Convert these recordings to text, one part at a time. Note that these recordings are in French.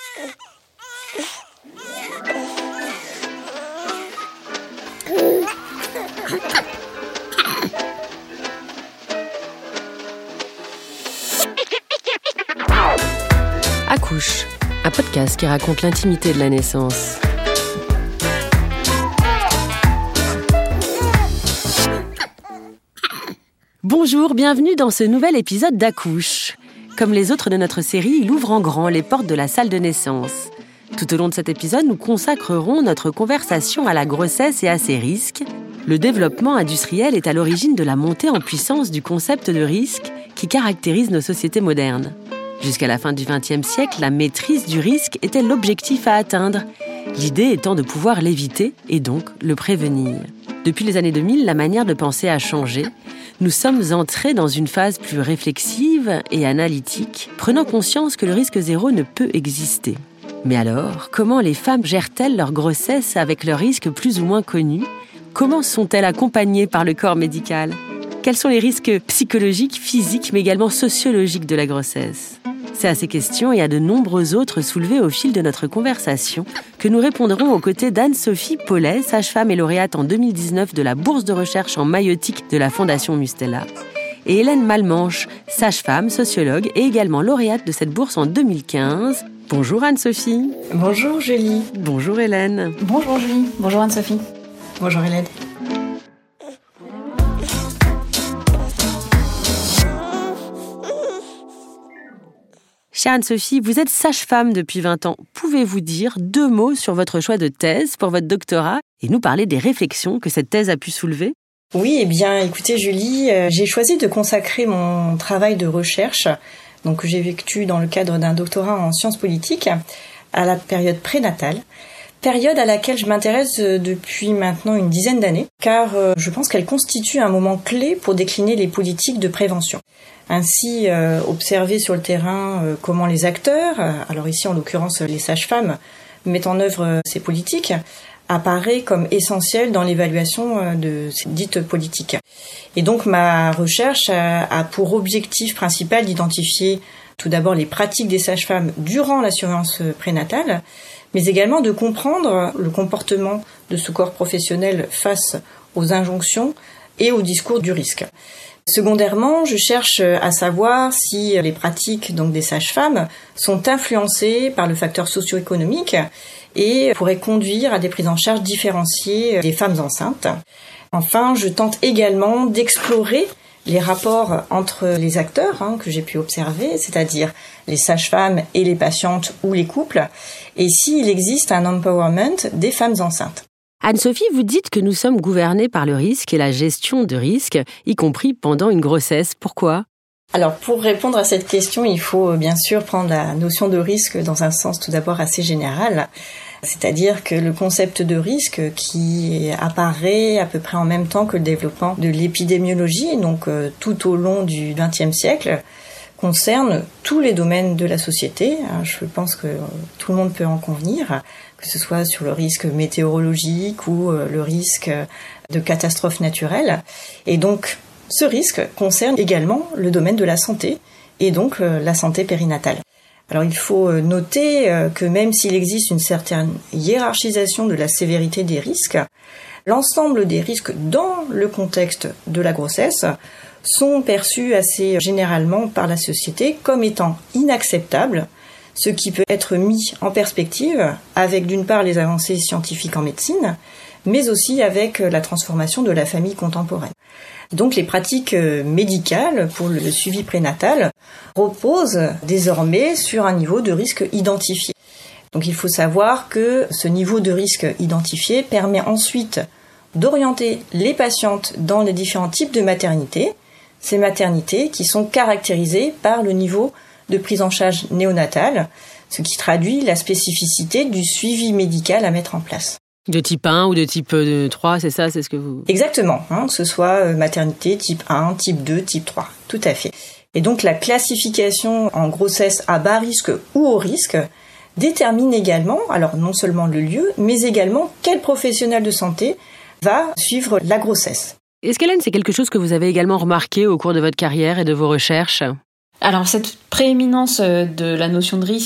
Accouche, un podcast qui raconte l'intimité de la naissance. Bonjour, bienvenue dans ce nouvel épisode d'Accouche. Comme les autres de notre série, il ouvre en grand les portes de la salle de naissance. Tout au long de cet épisode, nous consacrerons notre conversation à la grossesse et à ses risques. Le développement industriel est à l'origine de la montée en puissance du concept de risque qui caractérise nos sociétés modernes. Jusqu'à la fin du XXe siècle, la maîtrise du risque était l'objectif à atteindre, l'idée étant de pouvoir l'éviter et donc le prévenir. Depuis les années 2000, la manière de penser a changé. Nous sommes entrés dans une phase plus réflexive et analytique, prenant conscience que le risque zéro ne peut exister. Mais alors, comment les femmes gèrent-elles leur grossesse avec leurs risques plus ou moins connus ? Comment sont-elles accompagnées par le corps médical ? Quels sont les risques psychologiques, physiques, mais également sociologiques de la grossesse ? C'est à ces questions et à de nombreuses autres soulevées au fil de notre conversation que nous répondrons aux côtés d'Anne-Sophie Paulet, sage-femme et lauréate en 2019 de la bourse de recherche en maïeutique de la Fondation Mustela, et Hélène Malmanche, sage-femme, sociologue et également lauréate de cette bourse en 2015. Bonjour Anne-Sophie. Bonjour Julie. Bonjour Hélène. Bonjour Julie. Bonjour Anne-Sophie. Bonjour Hélène. Chère Anne-Sophie, vous êtes sage-femme depuis 20 ans. Pouvez-vous dire 2 mots sur votre choix de thèse pour votre doctorat et nous parler des réflexions que cette thèse a pu soulever ? Oui, eh bien, écoutez Julie, j'ai choisi de consacrer mon travail de recherche, donc que j'ai effectué dans le cadre d'un doctorat en sciences politiques, à la période prénatale. Période à laquelle je m'intéresse depuis maintenant une dizaine d'années, car je pense qu'elle constitue un moment clé pour décliner les politiques de prévention. Ainsi, observer sur le terrain comment les acteurs, alors ici en l'occurrence les sages-femmes, mettent en œuvre ces politiques, apparaît comme essentiel dans l'évaluation de ces dites politiques. Et donc ma recherche a pour objectif principal d'identifier tout d'abord les pratiques des sages-femmes durant la surveillance prénatale, mais également de comprendre le comportement de ce corps professionnel face aux injonctions et au discours du risque. Secondairement, je cherche à savoir si les pratiques donc des sages-femmes sont influencées par le facteur socio-économique et pourraient conduire à des prises en charge différenciées des femmes enceintes. Enfin, je tente également d'explorer les rapports entre les acteurs que j'ai pu observer, c'est-à-dire les sages-femmes et les patientes ou les couples, et s'il existe un empowerment des femmes enceintes. Anne-Sophie, vous dites que nous sommes gouvernés par le risque et la gestion de risque, y compris pendant une grossesse. Pourquoi ? Alors, pour répondre à cette question, il faut bien sûr prendre la notion de risque dans un sens tout d'abord assez général. C'est-à-dire que le concept de risque qui apparaît à peu près en même temps que le développement de l'épidémiologie, donc tout au long du XXe siècle, concerne tous les domaines de la société. Je pense que tout le monde peut en convenir, que ce soit sur le risque météorologique ou le risque de catastrophes naturelles. Et donc, ce risque concerne également le domaine de la santé et donc la santé périnatale. Alors il faut noter que même s'il existe une certaine hiérarchisation de la sévérité des risques, l'ensemble des risques dans le contexte de la grossesse sont perçus assez généralement par la société comme étant inacceptables, ce qui peut être mis en perspective avec d'une part les avancées scientifiques en médecine, mais aussi avec la transformation de la famille contemporaine. Donc les pratiques médicales pour le suivi prénatal reposent désormais sur un niveau de risque identifié. Donc il faut savoir que ce niveau de risque identifié permet ensuite d'orienter les patientes dans les différents types de maternités, ces maternités qui sont caractérisées par le niveau de prise en charge néonatale, ce qui traduit la spécificité du suivi médical à mettre en place. De type 1 ou de type 3, c'est ça, c'est ce que vous... Exactement, que ce soit maternité type 1, type 2, type 3, tout à fait. Et donc la classification en grossesse à bas risque ou haut risque détermine également, alors non seulement le lieu, mais également quel professionnel de santé va suivre la grossesse. Est-ce qu'Hélène, c'est quelque chose que vous avez également remarqué au cours de votre carrière et de vos recherches ? Alors cette prééminence de la notion de risque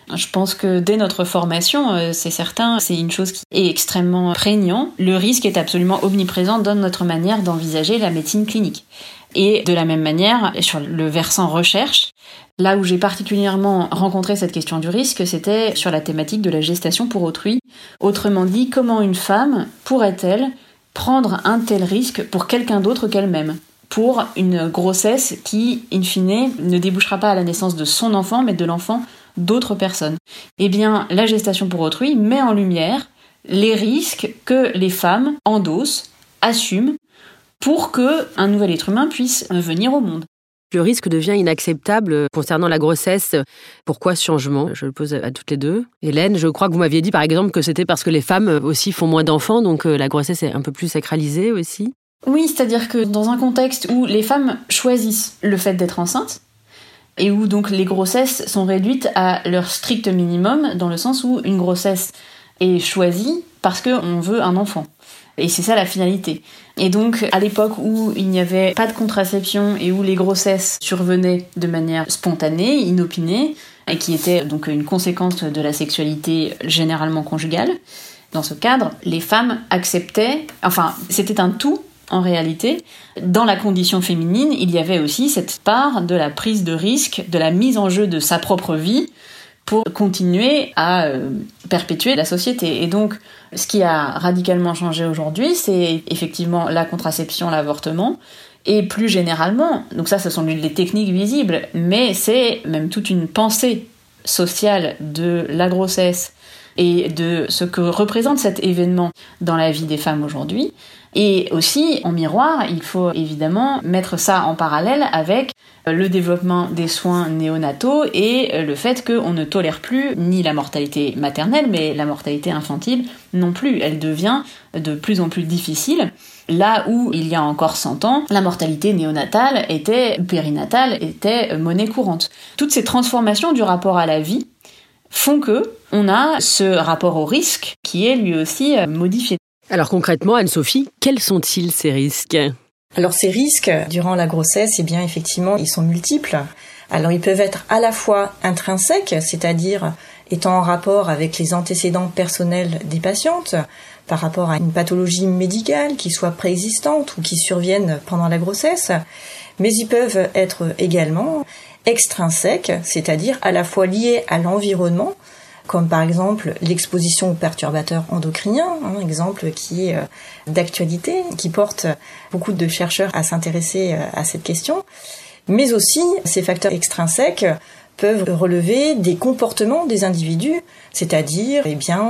Je pense que dès notre formation, c'est certain, c'est une chose qui est extrêmement prégnante. Le risque est absolument omniprésent dans notre manière d'envisager la médecine clinique. Et de la même manière, sur le versant recherche, là où j'ai particulièrement rencontré cette question du risque, c'était sur la thématique de la gestation pour autrui. Autrement dit, comment une femme pourrait-elle prendre un tel risque pour quelqu'un d'autre qu'elle-même, pour une grossesse qui, in fine, ne débouchera pas à la naissance de son enfant, mais de l'enfant d'autres personnes. Eh bien, la gestation pour autrui met en lumière les risques que les femmes endossent, assument, pour qu'un nouvel être humain puisse venir au monde. Le risque devient inacceptable concernant la grossesse. Pourquoi ce changement ? Je le pose à toutes les deux. Hélène, je crois que vous m'aviez dit par exemple que c'était parce que les femmes aussi font moins d'enfants, donc la grossesse est un peu plus sacralisée aussi. Oui, c'est-à-dire que dans un contexte où les femmes choisissent le fait d'être enceintes, et où donc les grossesses sont réduites à leur strict minimum, dans le sens où une grossesse est choisie parce qu'on veut un enfant. Et c'est ça la finalité. Et donc, à l'époque où il n'y avait pas de contraception et où les grossesses survenaient de manière spontanée, inopinée, et qui était donc une conséquence de la sexualité généralement conjugale, dans ce cadre, les femmes acceptaient, enfin, c'était un tout, en réalité. Dans la condition féminine, il y avait aussi cette part de la prise de risque, de la mise en jeu de sa propre vie, pour continuer à perpétuer la société. Et donc, ce qui a radicalement changé aujourd'hui, c'est effectivement la contraception, l'avortement, et plus généralement, donc ça, ce sont les techniques visibles, mais c'est même toute une pensée sociale de la grossesse et de ce que représente cet événement dans la vie des femmes aujourd'hui. Et aussi, en miroir, il faut évidemment mettre ça en parallèle avec le développement des soins néonataux et le fait qu'on ne tolère plus ni la mortalité maternelle, mais la mortalité infantile non plus. Elle devient de plus en plus difficile. Là où, il y a encore 100 ans, la mortalité néonatale périnatale était monnaie courante. Toutes ces transformations du rapport à la vie font que on a ce rapport au risque qui est lui aussi modifié. Alors concrètement, Anne-Sophie, quels sont-ils ces risques ? Alors ces risques, durant la grossesse, eh bien effectivement, ils sont multiples. Alors ils peuvent être à la fois intrinsèques, c'est-à-dire étant en rapport avec les antécédents personnels des patientes, par rapport à une pathologie médicale qui soit préexistante ou qui survienne pendant la grossesse, mais ils peuvent être également extrinsèques, c'est-à-dire à la fois liés à l'environnement, comme par exemple l'exposition aux perturbateurs endocriniens, un exemple qui est d'actualité, qui porte beaucoup de chercheurs à s'intéresser à cette question. Mais aussi, ces facteurs extrinsèques peuvent relever des comportements des individus, c'est-à-dire,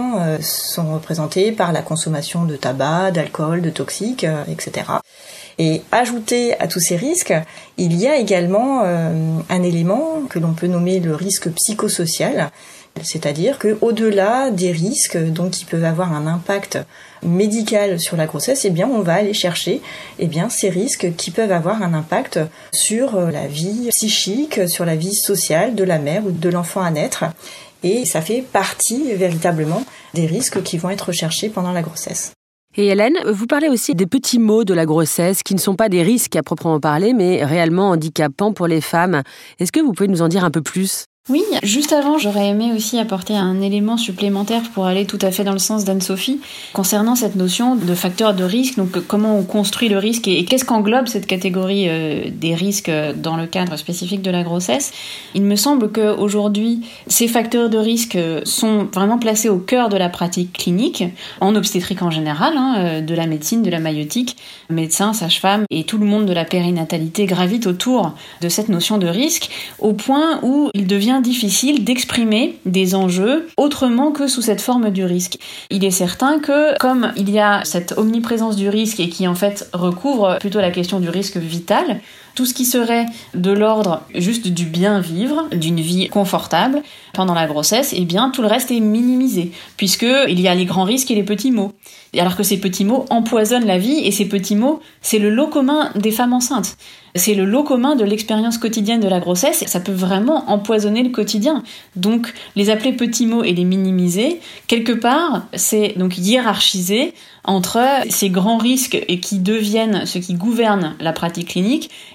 sont représentés par la consommation de tabac, d'alcool, de toxiques, etc. Et ajouté à tous ces risques, il y a également un élément que l'on peut nommer le risque psychosocial, c'est-à-dire que au-delà des risques donc qui peuvent avoir un impact médical sur la grossesse, on va aller chercher ces risques qui peuvent avoir un impact sur la vie psychique, sur la vie sociale de la mère ou de l'enfant à naître. Et ça fait partie véritablement des risques qui vont être recherchés pendant la grossesse. Et Hélène, vous parlez aussi des petits maux de la grossesse qui ne sont pas des risques à proprement parler, mais réellement handicapants pour les femmes. Est-ce que vous pouvez nous en dire un peu plus ? Oui, juste avant, j'aurais aimé aussi apporter un élément supplémentaire pour aller tout à fait dans le sens d'Anne-Sophie concernant cette notion de facteur de risque, donc comment on construit le risque et qu'est-ce qu'englobe cette catégorie des risques dans le cadre spécifique de la grossesse. Il me semble qu'aujourd'hui, ces facteurs de risque sont vraiment placés au cœur de la pratique clinique, en obstétrique en général, de la médecine, de la maïeutique, médecins, sages-femmes et tout le monde de la périnatalité gravite autour de cette notion de risque, au point où il devient difficile d'exprimer des enjeux autrement que sous cette forme du risque. Il est certain que, comme il y a cette omniprésence du risque et qui en fait recouvre plutôt la question du risque vital, tout ce qui serait de l'ordre juste du bien vivre, d'une vie confortable pendant la grossesse, tout le reste est minimisé, puisqu'il y a les grands risques et les petits maux. Alors que ces petits maux empoisonnent la vie, et ces petits maux, c'est le lot commun des femmes enceintes. C'est le lot commun de l'expérience quotidienne de la grossesse, et ça peut vraiment empoisonner le quotidien. Donc, les appeler petits maux et les minimiser, quelque part, c'est donc hiérarchiser entre ces grands risques et qui deviennent ce qui gouverne la pratique clinique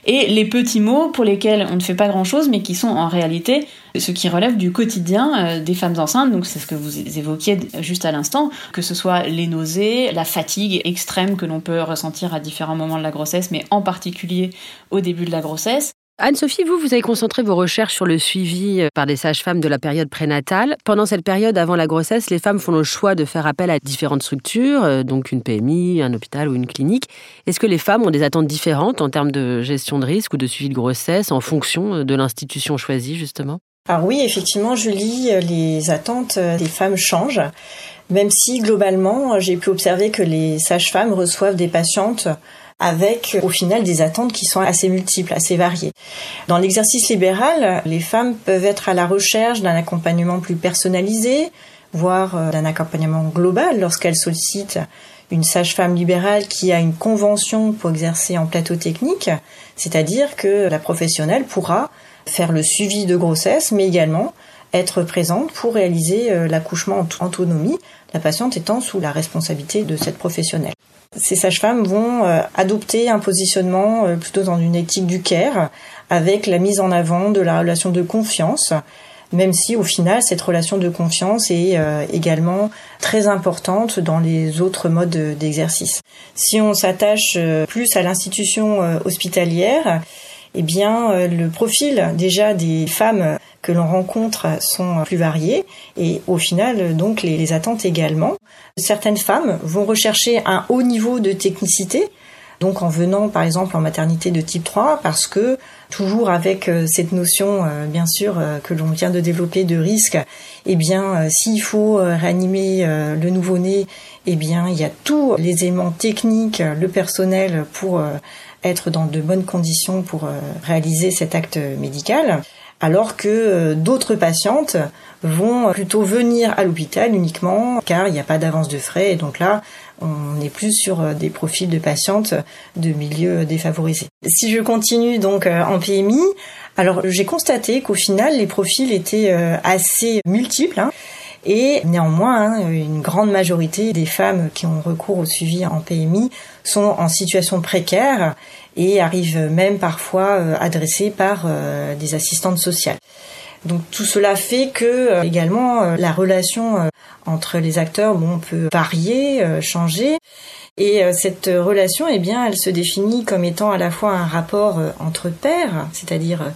et les petits mots pour lesquels on ne fait pas grand-chose, mais qui sont en réalité ce qui relève du quotidien des femmes enceintes. Donc c'est ce que vous évoquiez juste à l'instant, que ce soit les nausées, la fatigue extrême que l'on peut ressentir à différents moments de la grossesse, mais en particulier au début de la grossesse. Anne-Sophie, vous avez concentré vos recherches sur le suivi par des sages-femmes de la période prénatale. Pendant cette période avant la grossesse, les femmes font le choix de faire appel à différentes structures, donc une PMI, un hôpital ou une clinique. Est-ce que les femmes ont des attentes différentes en termes de gestion de risque ou de suivi de grossesse en fonction de l'institution choisie, justement ? Alors oui, effectivement, Julie, les attentes des femmes changent, même si globalement, j'ai pu observer que les sages-femmes reçoivent des patientes avec au final des attentes qui sont assez multiples, assez variées. Dans l'exercice libéral, les femmes peuvent être à la recherche d'un accompagnement plus personnalisé, voire d'un accompagnement global lorsqu'elles sollicitent une sage-femme libérale qui a une convention pour exercer en plateau technique, c'est-à-dire que la professionnelle pourra faire le suivi de grossesse, mais également être présente pour réaliser l'accouchement en autonomie, la patiente étant sous la responsabilité de cette professionnelle. Ces sages-femmes vont adopter un positionnement plutôt dans une éthique du care, avec la mise en avant de la relation de confiance, même si au final cette relation de confiance est également très importante dans les autres modes d'exercice. Si on s'attache plus à l'institution hospitalière, eh bien le profil déjà des femmes que l'on rencontre sont plus variés et au final donc les attentes également. Certaines femmes vont rechercher un haut niveau de technicité, donc en venant par exemple en maternité de type 3, parce que toujours avec cette notion bien sûr que l'on vient de développer de risque, eh bien s'il faut réanimer le nouveau-né, eh bien il y a tous les éléments techniques, le personnel pour être dans de bonnes conditions pour réaliser cet acte médical. Alors que d'autres patientes vont plutôt venir à l'hôpital uniquement car il n'y a pas d'avance de frais et donc là on est plus sur des profils de patientes de milieux défavorisés. Si je continue donc en PMI, alors j'ai constaté qu'au final les profils étaient assez multiples et néanmoins une grande majorité des femmes qui ont recours au suivi en PMI sont en situation précaire et arrivent même parfois adressées par des assistantes sociales. Donc tout cela fait que également la relation entre les acteurs peut varier, changer. Et cette relation, eh bien, elle se définit comme étant à la fois un rapport entre pairs, c'est-à-dire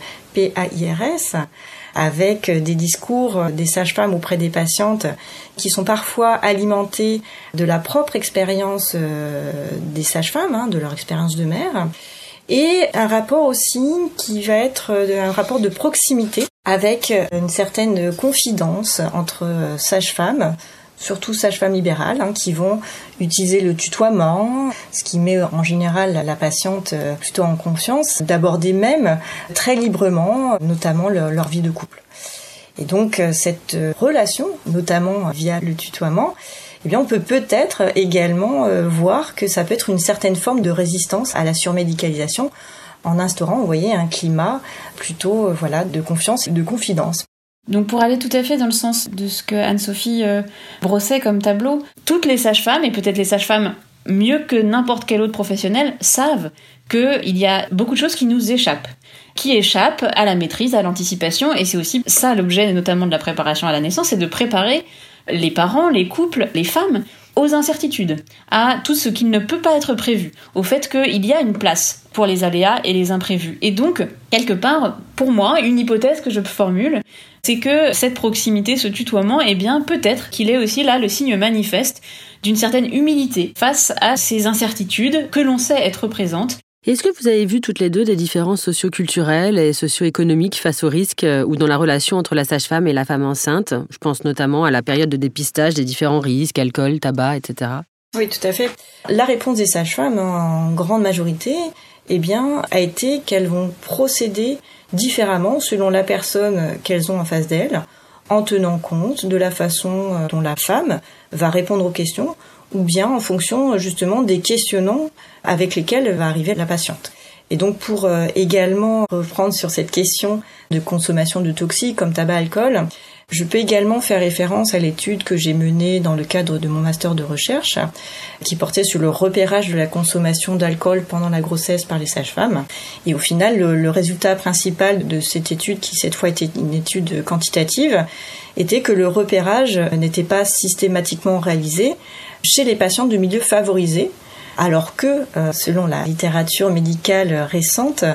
PAIRS, avec des discours des sages-femmes auprès des patientes qui sont parfois alimentés de la propre expérience des sages-femmes, de leur expérience de mère, et un rapport aussi qui va être un rapport de proximité avec une certaine confidence entre sages-femmes, surtout sages-femmes libérales, qui vont utiliser le tutoiement, ce qui met en général la patiente plutôt en confiance, d'aborder même très librement, notamment leur vie de couple. Et donc cette relation, notamment via le tutoiement, eh bien on peut peut-être également voir que ça peut être une certaine forme de résistance à la surmédicalisation en instaurant, vous voyez, un climat plutôt de confiance et de confidence. Donc pour aller tout à fait dans le sens de ce que Anne-Sophie brossait comme tableau, toutes les sages-femmes, et peut-être les sages-femmes mieux que n'importe quel autre professionnel, savent qu'il y a beaucoup de choses qui nous échappent à la maîtrise, à l'anticipation, et c'est aussi ça l'objet notamment de la préparation à la naissance, c'est de préparer les parents, les couples, les femmes aux incertitudes, à tout ce qui ne peut pas être prévu, au fait qu'il y a une place pour les aléas et les imprévus. Et donc, quelque part, pour moi, une hypothèse que je formule, c'est que cette proximité, ce tutoiement, eh bien, peut-être qu'il est aussi là le signe manifeste d'une certaine humilité face à ces incertitudes que l'on sait être présentes. Est-ce que vous avez vu toutes les deux des différences socio-culturelles et socio-économiques face au risque ou dans la relation entre la sage-femme et la femme enceinte ? Je pense notamment à la période de dépistage des différents risques, alcool, tabac, etc. Oui, tout à fait. La réponse des sages-femmes, en grande majorité, eh bien, a été qu'elles vont procéder différemment selon la personne qu'elles ont en face d'elles, en tenant compte de la façon dont la femme va répondre aux questions, ou bien en fonction justement des questionnants avec lesquels va arriver la patiente. Et donc pour également reprendre sur cette question de consommation de toxiques comme tabac, alcool, Je peux également faire référence à l'étude que j'ai menée dans le cadre de mon master de recherche, qui portait sur le repérage de la consommation d'alcool pendant la grossesse par les sages-femmes. Et au final, le résultat principal de cette étude, qui cette fois était une étude quantitative, était que le repérage n'était pas systématiquement réalisé chez les patientes de milieux favorisés, alors que, selon la littérature médicale récente,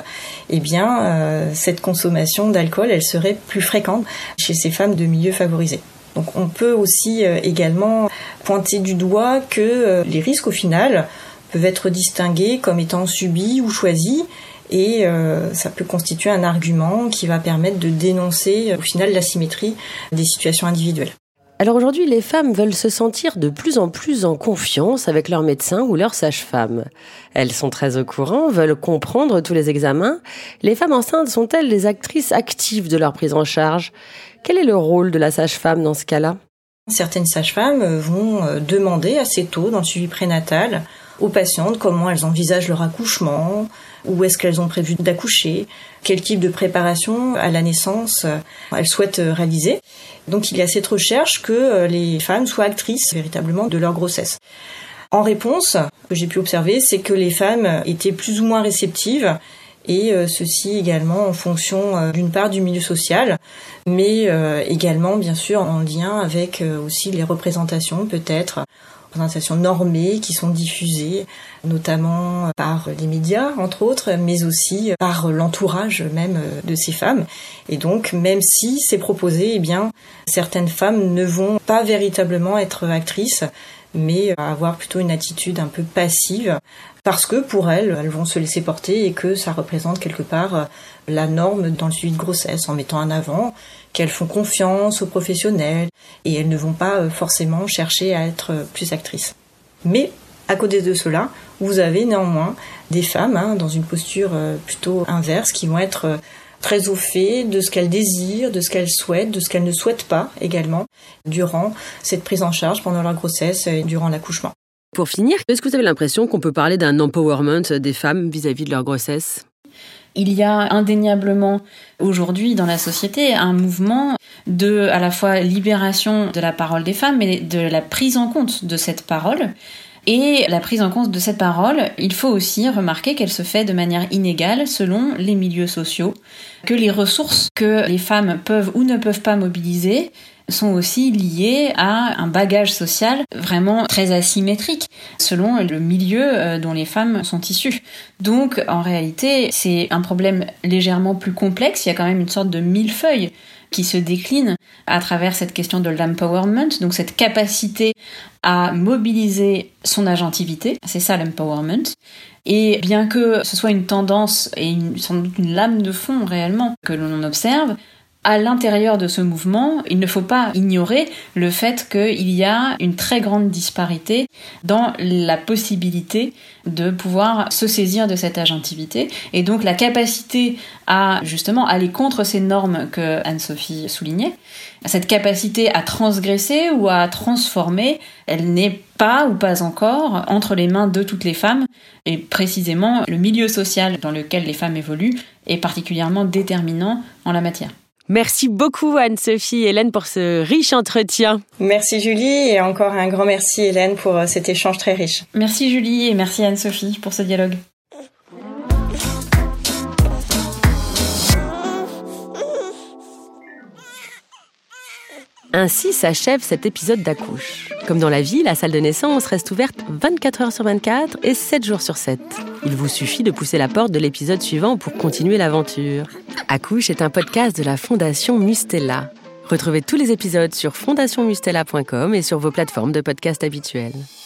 cette consommation d'alcool, elle serait plus fréquente chez ces femmes de milieux favorisés. Donc on peut aussi également pointer du doigt que les risques au final peuvent être distingués comme étant subis ou choisis, et ça peut constituer un argument qui va permettre de dénoncer au final l'asymétrie des situations individuelles. Alors aujourd'hui, les femmes veulent se sentir de plus en plus en confiance avec leur médecin ou leur sage-femme. Elles sont très au courant, veulent comprendre tous les examens. Les femmes enceintes sont-elles des actrices actives de leur prise en charge ? Quel est le rôle de la sage-femme dans ce cas-là ? Certaines sages-femmes vont demander assez tôt dans le suivi prénatal aux patientes comment elles envisagent leur accouchement, où est-ce qu'elles ont prévu d'accoucher, quel type de préparation à la naissance elles souhaitent réaliser. Donc il y a cette recherche que les femmes soient actrices véritablement de leur grossesse. En réponse, ce que j'ai pu observer, c'est que les femmes étaient plus ou moins réceptives, et ceci également en fonction d'une part du milieu social, mais également bien sûr en lien avec aussi les représentations peut-être, représentations normées qui sont diffusées notamment par les médias entre autres, mais aussi par l'entourage même de ces femmes. Et donc même si c'est proposé, certaines femmes ne vont pas véritablement être actrices, mais avoir plutôt une attitude un peu passive, parce que pour elles vont se laisser porter et que ça représente quelque part la norme dans le suivi de grossesse, en mettant en avant qu'elles font confiance aux professionnels et elles ne vont pas forcément chercher à être plus actrices. Mais à côté de cela, vous avez néanmoins des femmes dans une posture plutôt inverse qui vont être très au fait de ce qu'elles désirent, de ce qu'elles souhaitent, de ce qu'elles ne souhaitent pas également durant cette prise en charge pendant leur grossesse et durant l'accouchement. Pour finir, est-ce que vous avez l'impression qu'on peut parler d'un empowerment des femmes vis-à-vis de leur grossesse ? Il y a indéniablement aujourd'hui dans la société un mouvement de à la fois libération de la parole des femmes et de la prise en compte de cette parole. Et la prise en compte de cette parole, il faut aussi remarquer qu'elle se fait de manière inégale selon les milieux sociaux, que les ressources que les femmes peuvent ou ne peuvent pas mobiliser sont aussi liées à un bagage social vraiment très asymétrique selon le milieu dont les femmes sont issues. Donc en réalité, c'est un problème légèrement plus complexe, il y a quand même une sorte de millefeuille qui se décline à travers cette question de l'empowerment, donc cette capacité à mobiliser son agentivité, c'est ça l'empowerment. Et bien que ce soit une tendance et sans doute une lame de fond réellement que l'on observe, à l'intérieur de ce mouvement, il ne faut pas ignorer le fait qu'il y a une très grande disparité dans la possibilité de pouvoir se saisir de cette agentivité et donc la capacité à justement aller contre ces normes que Anne-Sophie soulignait. Cette capacité à transgresser ou à transformer, elle n'est pas ou pas encore entre les mains de toutes les femmes et précisément le milieu social dans lequel les femmes évoluent est particulièrement déterminant en la matière. Merci beaucoup Anne-Sophie et Hélène pour ce riche entretien. Merci Julie et encore un grand merci Hélène pour cet échange très riche. Merci Julie et merci Anne-Sophie pour ce dialogue. Ainsi s'achève cet épisode d'Accouche. Comme dans la vie, la salle de naissance reste ouverte 24 heures sur 24 et 7 jours sur 7. Il vous suffit de pousser la porte de l'épisode suivant pour continuer l'aventure. Accouche est un podcast de la Fondation Mustela. Retrouvez tous les épisodes sur fondationmustela.com et sur vos plateformes de podcast habituelles.